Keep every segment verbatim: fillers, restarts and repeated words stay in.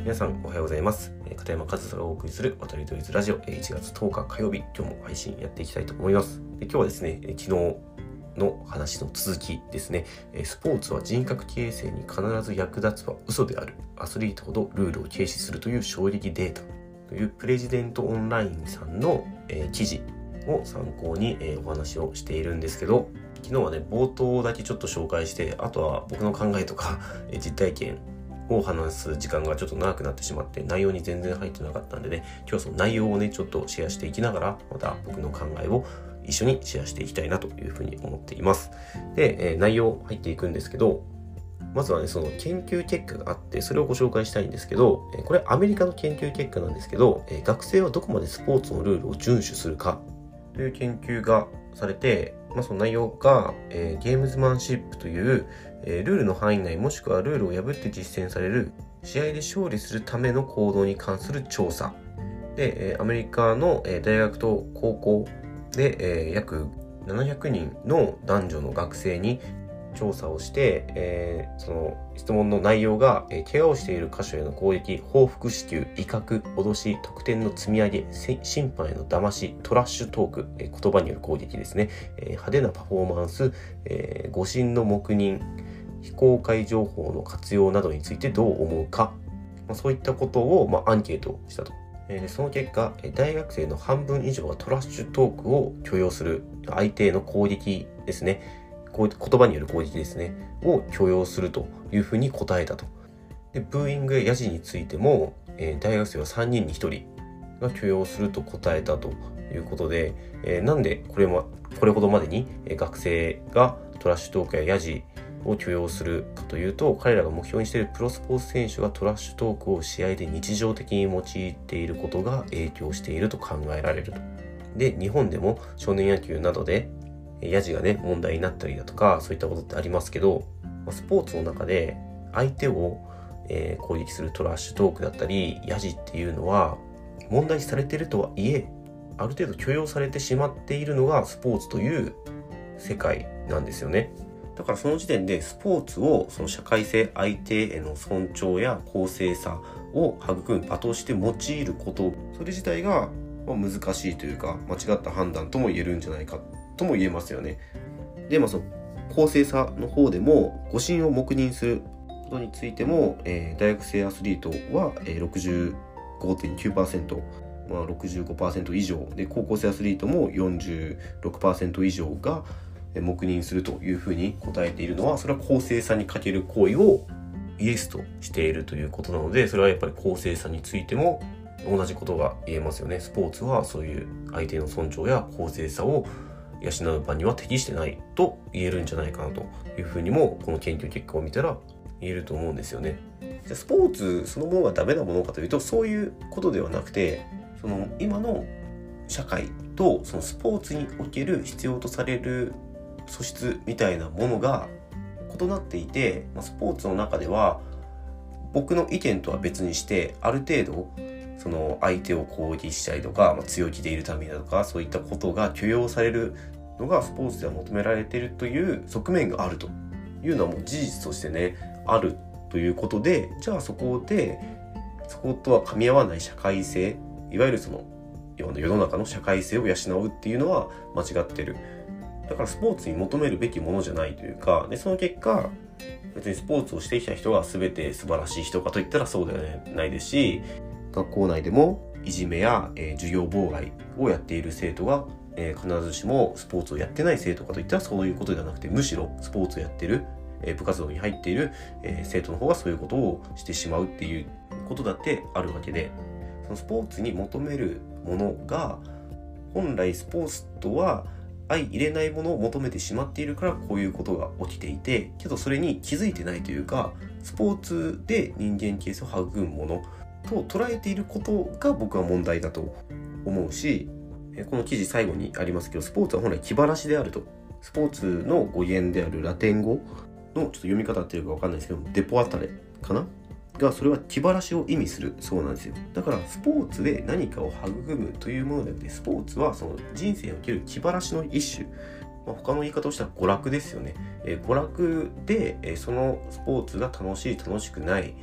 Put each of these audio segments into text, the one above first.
皆さんおはようございます。片山和沙がお送りする渡り鳥ズラジオ、いちがつとおか火曜日、今日も配信やっていきたいと思います。で今日はですね、昨日の話の続きですね。スポーツは人格形成に必ず役立つは嘘である。アスリートほどルールを軽視するという衝撃データというプレジデントオンラインさんの、えー、記事を参考に、えー、お話をしているんですけど、昨日はね、冒頭だけちょっと紹介して、あとは僕の考えとか、えー、実体験を話す時間がちょっと長くなってしまって内容に全然入ってなかったんでね、今日はその内容をねちょっとシェアしていきながら、また僕の考えを一緒にシェアしていきたいなというふうに思っています。で、えー、内容入っていくんですけど、まずはねその研究結果があってそれをご紹介したいんですけど、これアメリカの研究結果なんですけど、学生はどこまでスポーツのルールを遵守するかという研究がされて、まあ、その内容が、えー、ゲームズマンシップという、えー、ルールの範囲内もしくはルールを破って実践される試合で勝利するための行動に関する調査で、えー、アメリカの、えー、大学と高校で、えー、約ななひゃくにんの男女の学生に調査をして、えー、その質問の内容が、えー、怪我をしている箇所への攻撃、報復支給、威嚇、脅し、得点の積み上げ、審判への騙し、トラッシュトーク、えー、言葉による攻撃ですね、えー、派手なパフォーマンス、えー、誤審の黙認、非公開情報の活用などについてどう思うか、まあ、そういったことを、まあ、アンケートしたと。えー、その結果、大学生の半分以上がトラッシュトークを許容する、相手への攻撃ですね、言葉による攻撃ですねを許容するというふうに答えたと。でブーイングやヤジについても、えー、大学生はさんにんにひとりが許容すると答えたということで、えー、なんでこれもこれほどまでに学生がトラッシュトークやヤジを許容するかというと、彼らが目標にしているプロスポーツ選手がトラッシュトークを試合で日常的に用いていることが影響していると考えられると。で日本でも少年野球などでヤジがね問題になったりだとか、そういったことってありますけど、スポーツの中で相手を、えー、攻撃するトラッシュトークだったりヤジっていうのは問題視されているとはいえ、ある程度許容されてしまっているのがスポーツという世界なんですよね。だからその時点でスポーツをその社会性、相手への尊重や公正さを育む場として用いること、それ自体が難しいというか間違った判断とも言えるんじゃないかとも言えますよね。で、まあその公正さの方でも誤審を黙認することについても、えー、大学生アスリートは、えー、ろくじゅうごてんきゅうパーセント、まあ、ろくじゅうごパーセント以上で、高校生アスリートも よんじゅうろくパーセント 以上が黙認するというふうに答えているのは、それは公正さに欠ける行為をイエスとしているということなので、それはやっぱり公正さについても同じことが言えますよね。スポーツはそういう相手の尊重や公正さを養う場には適してないと言えるんじゃないかなというふうにも、この研究結果を見たら言えると思うんですよね。じゃあスポーツそのものがダメなものかというと、そういうことではなくて、その今の社会とそのスポーツにおける必要とされる素質みたいなものが異なっていて、スポーツの中では僕の意見とは別にして、ある程度その相手を攻撃したりとか、まあ、強気でいるためだとか、そういったことが許容されるのがスポーツでは求められているという側面があるというのはもう事実としてねあるということで、じゃあそこでそことは噛み合わない社会性、いわゆるその世の中の社会性を養うっていうのは間違ってる。だからスポーツに求めるべきものじゃないというか、でその結果別にスポーツをしてきた人が全て素晴らしい人かといったらそうではないですし、学校内でもいじめや、えー、授業妨害をやっている生徒が、えー、必ずしもスポーツをやってない生徒かといったらそういうことではなくて、むしろスポーツをやっている、えー、部活動に入っている、えー、生徒の方がそういうことをしてしまうっていうことだってあるわけで、そのスポーツに求めるものが本来スポーツとは相入れないものを求めてしまっているからこういうことが起きていて、けどそれに気づいてないというか、スポーツで人間形成を育むものと捉えていることが僕は問題だと思うし、この記事最後にありますけど、スポーツは本来気晴らしであると。スポーツの語源であるラテン語のちょっと読み方っていうか分かんないですけど、デポアタレかなが、それは気晴らしを意味するそうなんですよ。だからスポーツで何かを育むというものであって、スポーツはその人生における気晴らしの一種、まあ、他の言い方をしたら娯楽ですよね。えー、娯楽で、えー、そのスポーツが楽しい楽しくない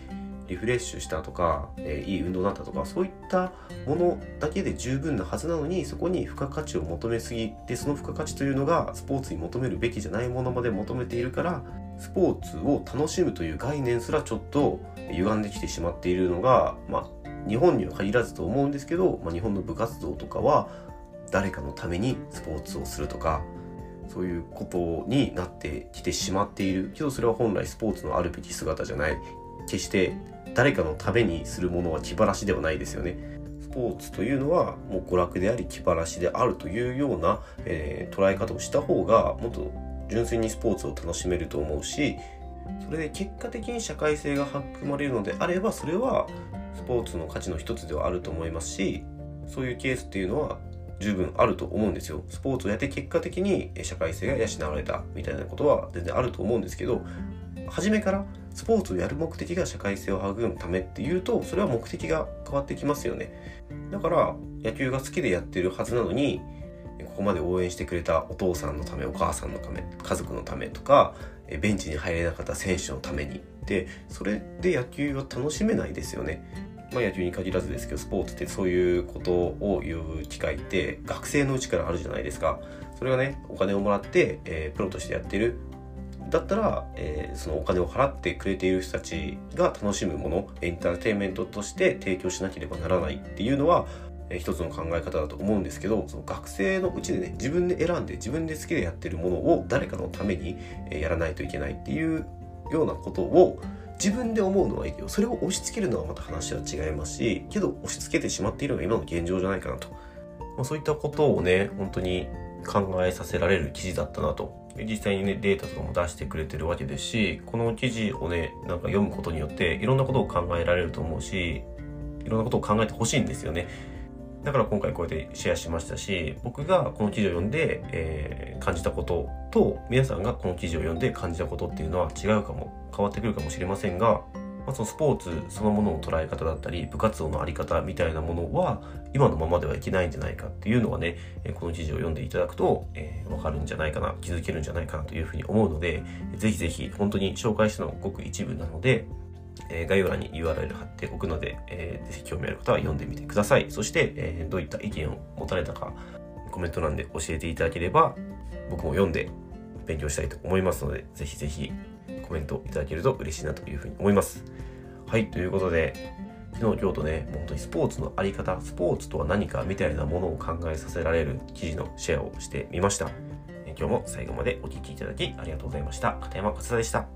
リフレッシュしたとか、えー、いい運動になったとか、そういったものだけで十分なはずなのに、そこに付加価値を求めすぎて、その付加価値というのがスポーツに求めるべきじゃないものまで求めているから、スポーツを楽しむという概念すらちょっと歪んできてしまっているのが、まあ、日本には限らずと思うんですけど、まあ、日本の部活動とかは誰かのためにスポーツをするとか、そういうことになってきてしまっているけど、それは本来スポーツのあるべき姿じゃない。決して誰かのためにするものは気晴らしではないですよね。スポーツというのはもう娯楽であり気晴らしであるというような、えー、捉え方をした方がもっと純粋にスポーツを楽しめると思うし、それで結果的に社会性が育まれるのであれば、それはスポーツの価値の一つではあると思いますし、そういうケースっていうのは十分あると思うんですよ。スポーツをやって結果的に社会性が養われたみたいなことは全然あると思うんですけど、初めからスポーツをやる目的が社会性を育むためっていうと、それは目的が変わってきますよね。だから野球が好きでやってるはずなのに、ここまで応援してくれたお父さんのため、お母さんのため、家族のためとか、ベンチに入れなかった選手のためにで、それで野球は楽しめないですよね。まあ、野球に限らずですけど、スポーツってそういうことを言う機会って学生のうちからあるじゃないですか。それがね、お金をもらって、えー、プロとしてやってるだったら、えー、そのお金を払ってくれている人たちが楽しむもの、エンターテインメントとして提供しなければならないっていうのは、えー、一つの考え方だと思うんですけど、その学生のうちでね、自分で選んで自分で好きでやってるものを誰かのために、えー、やらないといけないっていうようなことを自分で思うのはいいけど、それを押し付けるのはまた話は違いますし、けど押し付けてしまっているのが今の現状じゃないかなと、まあ、そういったことをね、本当に考えさせられる記事だったなと。実際にね、データとかも出してくれてるわけですし、この記事をね、なんか読むことによっていろんなことを考えられると思うし、いろんなことを考えてほしいんですよね。だから今回こうやってシェアしましたし、僕がこの記事を読んで、えー、感じたことと、皆さんがこの記事を読んで感じたことっていうのは違うかも、変わってくるかもしれませんが、まあ、そのスポーツそのものの捉え方だったり、部活動のあり方みたいなものは今のままではいけないんじゃないかっていうのはね、この記事を読んでいただくと、えー、分かるんじゃないかな、気づけるんじゃないかなというふうに思うので、ぜひぜひ本当に紹介したのはごく一部なので、えー、概要欄に ユーアールエル 貼っておくので、えー、ぜひ興味ある方は読んでみてください。そして、えー、どういった意見を持たれたかコメント欄で教えていただければ、僕も読んで勉強したいと思いますので、ぜひぜひコメントいただけると嬉しいなというふうに思います。はい、ということで、昨日今日とね、本当にスポーツのあり方、スポーツとは何かみたいなものを考えさせられる記事のシェアをしてみました。今日も最後までお聞きいただきありがとうございました。片山勝田でした。